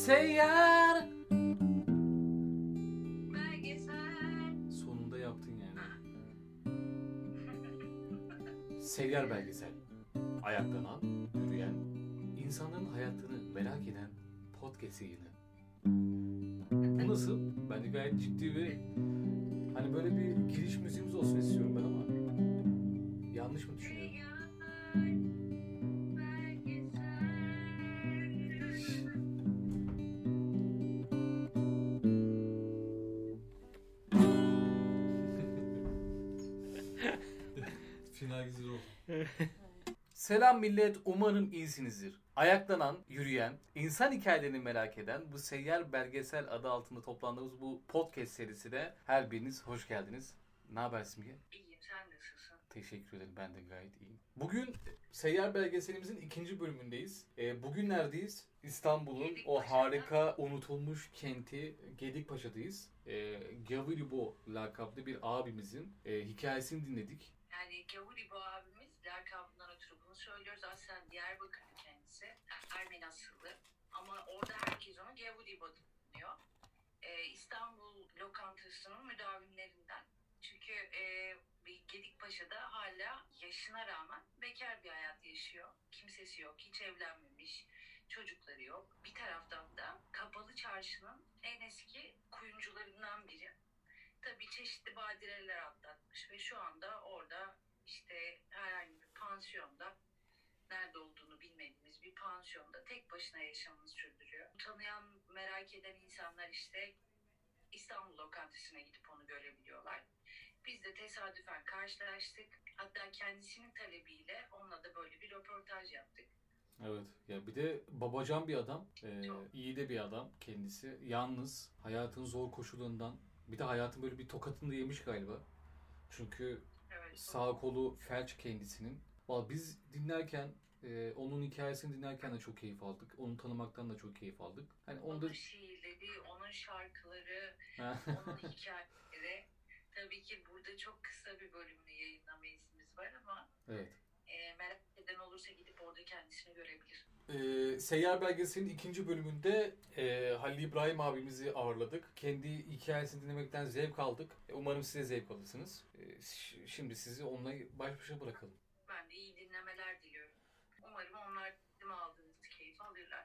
Seyyar belgesel. Sonunda yaptın yani. Seyyar belgesel. Ayaklanan, yürüyen, insanların hayatını merak eden podcast yayını. Bu nasıl? Bence gayet ciddi ve hani böyle bir giriş müziğimiz olsun istiyorum ben ama yanlış mı düşünüyorum? Final güzel oldu. Selam millet, umarım iyisinizdir. Ayaklanan, yürüyen, insan hikayelerini merak eden bu Seyyar Belgesel adı altında toplandığımız bu podcast serisine her biriniz hoş geldiniz. Ne haber Simge? İyiyim, sen nasılsın? Teşekkür ederim, ben de gayet iyiyim. Bugün Seyyar Belgeselimizin 2. bölümündeyiz. Bugün neredeyiz? İstanbul'un o harika unutulmuş kenti Gedikpaşa'dayız. Gavribo lakaplı bir abimizin hikayesini dinledik. Yani Gavribo abimiz lakabından ötürü bunu söylüyoruz. Aslında Diyarbakırlı kendisi. Ermeni asıllı. Ama orada herkes onu Gavribo diyor. İstanbul lokantasının müdavimlerinden. Çünkü Gedikpaşa'da hala yaşına rağmen bekar bir hayat yaşıyor. Kimsesi yok, hiç evlenmemiş, çocukları yok. Bir taraftan da Kapalı Çarşı'nın en eski kuyumcularından biri. Tabii çeşitli badireler atlatmış ve şu anda orada işte herhangi bir pansiyonda, nerede olduğunu bilmediğimiz bir pansiyonda tek başına yaşamını sürdürüyor. Tanıyan, merak eden insanlar işte İstanbul lokantasına gidip onu görebiliyorlar. Biz de tesadüfen karşılaştık. Hatta kendisinin talebiyle onunla da böyle bir röportaj yaptık. Evet. Ya bir de babacan bir adam. İyi de bir adam kendisi. Yalnız hayatın zor koşullarından bir de hayatın böyle bir tokatını da yemiş galiba. Çünkü evet, sağ kolu felç kendisinin. Vallahi biz dinlerken onun hikayesini dinlerken de çok keyif aldık. Onu tanımaktan da çok keyif aldık. Hani onun şiirleri, onun şarkıları, onun hikayeleri. Tabii ki burada çok kısa bir bölümle yayınlama iznimiz var ama evet. Merak eden olursa gidip orada kendisini görebilir. Seyyar Belgesel'in 2. bölümünde Halil İbrahim abimizi ağırladık. Kendi hikayesini dinlemekten zevk aldık. Umarım siz de zevk alırsınız. Şimdi sizi onunla baş başa bırakalım. Ben de iyi dinlemeler diliyorum. Umarım onlar bizim aldığımız keyif alırlar.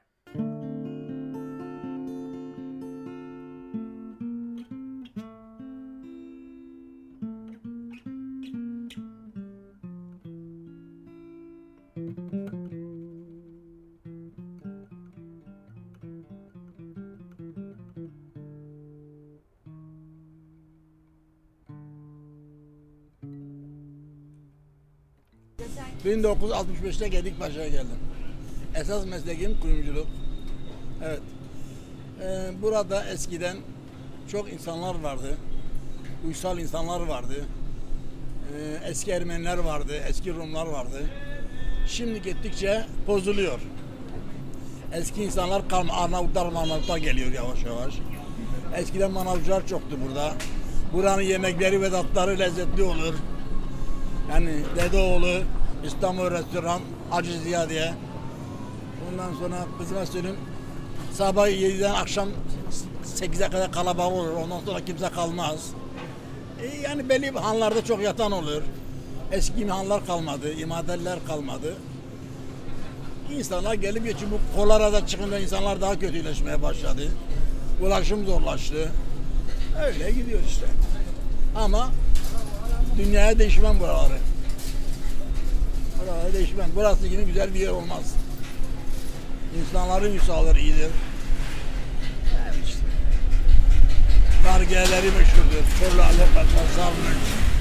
1965'te Gedikpaşa'ya geldim. Esas mesleğim kuyumculuk. Evet. Burada eskiden çok insanlar vardı. Uysal insanlar vardı. Eski Ermeniler vardı, eski Rumlar vardı. Şimdi gittikçe bozuluyor. Eski insanlar Arnavutlar geliyor yavaş yavaş. Eskiden manavcılar çoktu burada. Buranın yemekleri ve tatları lezzetli olur. Yani Dedeoğlu, İstanbul Restoran, Hacı Ziya diye. Ondan sonra kızıma söyleyeyim, sabah 7'den akşam 8'e kadar kalabalık olur. Ondan sonra kimse kalmaz. Yani belli hanlarda çok yatan olur. Eski hanlar kalmadı, imadeller kalmadı. İnsanlar gelip geçiyor. Bu kolarada çıkınca insanlar daha kötüleşmeye başladı. Ulaşım zorlaştı. Öyle gidiyor işte. Ama dünyaya değişmem buraları. Buraları değişmem. Burası gibi güzel bir yer olmaz. İnsanların müsaaları iyidir. Yani işte. Nargileleri meşhurdur. Korlarla kaçar sarmış.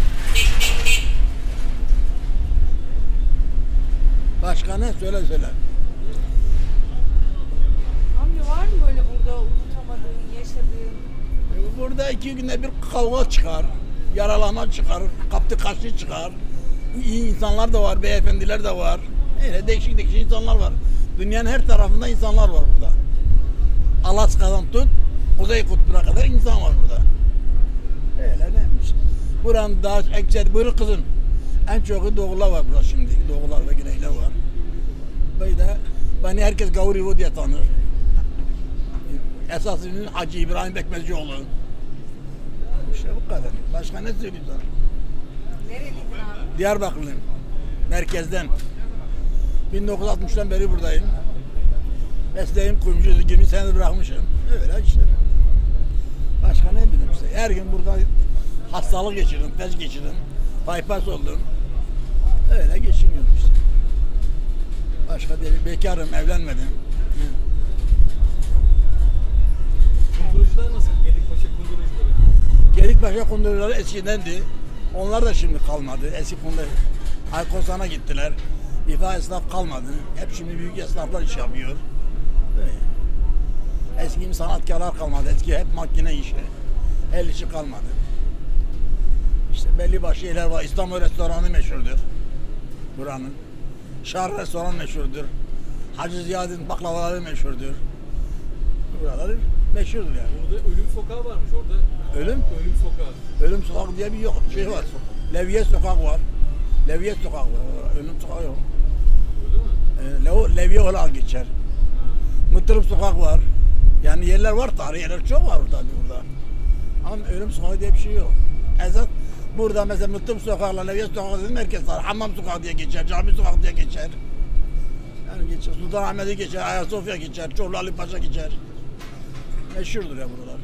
Başka ne? Söyle. Amca var mı böyle burada unutamadığın, yaşadığın? Burada 2 günde bir kavga çıkar. Yaralama çıkar. Kaptı kaçtı çıkar. İyi insanlar da var. Beyefendiler de var. Öyle değişik insanlar var. Dünyanın her tarafında insanlar var burada. Alaska'dan tut, Kuzey Kutbu'na kadar insan var burada. Öyle neymiş. Buranın daha ekseri, buyur kızım. En çoğu doğular var burada şimdi. Doğular ve güneyler var. Böyle beni herkes Gavribo diye tanır. Esas ismim Hacı İbrahim Bekmezcioğlu. İşte bu kadar. Başka ne söyleyeyim sana? Nereliydin abi? Diyarbakırlıyım. Merkezden. 1960'tan beri buradayım. Mesleğim kuyumculuk, 20 senedir bırakmışım. Öyle işte. Başka ne bileyim işte. Her gün burada hastalık geçirdim, felç geçirdim. Bypass oldum. Öyle geçiniyorum işte. Başka değil. Bekarım, evlenmedim. Kundurucular nasıl? Gedikpaşa kundurucuları. Gedikpaşa kundurucuları eskidendi. Onlar da şimdi kalmadı. Eski kundurucu. Aykosan'a gittiler. İfa esnaf kalmadı. Hep şimdi büyük esnaflar iş yapıyor. Böyle. Eski sanatkarlar kalmadı. Eski hep makine işi. El işi kalmadı. İşte belli başlı şeyler var. İstanbul restoranı meşhurdur. Buranın. Şar restoran meşhurdur. Hacı Ziyad'ın baklavaları meşhurdur. Buraları meşhurdur yani. Burada Ölüm Sokağı varmış orada. Ölüm? Ölüm Sokağı. Ölüm Sokak diye bir şey var. Levye Sokak var. Levye Sokak var. Ölüm Sokak yok. Öyle mi? Levye olarak geçer. Mıtırıp Sokak var. Yani yerler var, tarihi yerler çok var burada. Ama Ölüm Sokak diye bir şey yok. Esas burada mesela Mıtırıp Sokak'la Levye Sokak dedim merkez var. Hammam Sokak diye geçer, Cami Sokak diye geçer. Yani geçer. Sultanahmet'e geçer, Ayasofya geçer, Çorlu Ali Paşa geçer. Meşhurdur ya buralar.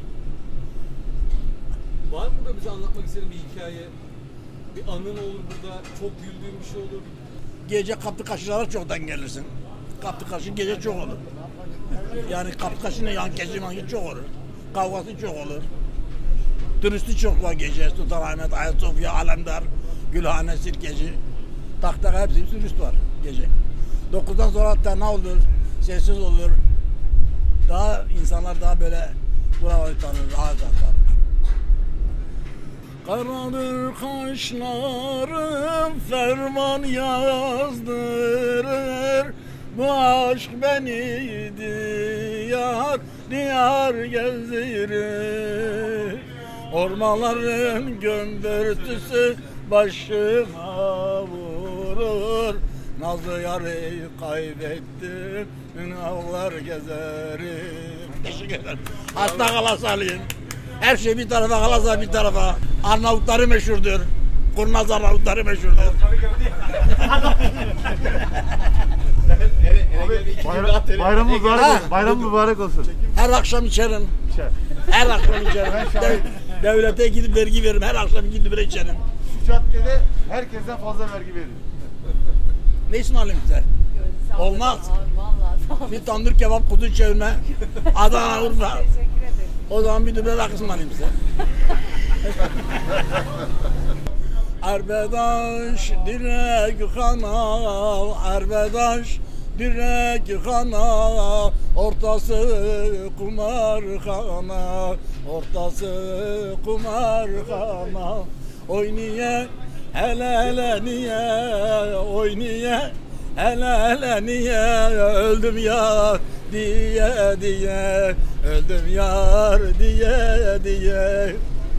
Var mı burada bize anlatmak istediğin bir hikaye? Bir anın olur burada, çok güldüğün bir şey olur. Gece kapı kaşılara çoktan gelirsin. Kapı kaşı gece çok olur. Yani kapı kaşının yan kesim çok olur. Kavgası çok olur. Turisti çok var gece. Sultanahmet, Ayasofya, Alemdar, Gülhane, Sirkeci. Tak hepsi turist var gece. 9'dan sonra hatta ne olur? Sessiz olur. Daha insanlar daha böyle buraları tanır, rahat tanır. Karadır kaşlarım, ferman yazdırır. Bu aşk beni diyar diyar gezdirir. Ormanların gömbürtüsü başıma vurur. Nazlı yarı kaybettim, ağlar gezerim. Teşekkür ederim. Hasta kalası alayım. Her şey bir tarafa, kalasa bir tarafa. Arnavutları meşhurdur. Kurnaz Arnavutları meşhurdur. Bayram mübarek olsun. Bayram mübarek olsun. Her akşam içerim. Her akşam içerim. Devlete gidip vergi veririm. Her akşam gidip bire içerim. Şu caddede herkesten fazla vergi verin. Ne ısmarlayayım size? Olmaz. Abi, vallahi sağ ol. Bir tandır kebap, kuzu çevirme. Adana, Urfa. Teşekkür ederim. O zaman bir dübe rakı ısmarlayayım size. Arbedaş direk kana, arbedaş direk kana, ortası kumarhana, ortası kumarhana. Oy niye, hele hele niye, oy niye, hele hele niye, öldüm ya diye diye, öldüm yar diye diye.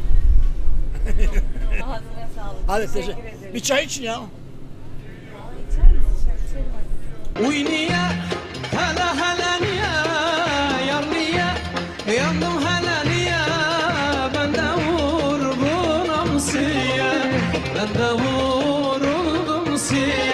Ağzına sağlık. Hadi Teşekkür teşekkür. ederim. Bir çay için ya. Aa, içer misin? Çay içelim hadi. Uy niye, hele hele niye, yar niye, yandım hele niye, ben de vurgunum siye, ben de vuruldum siye.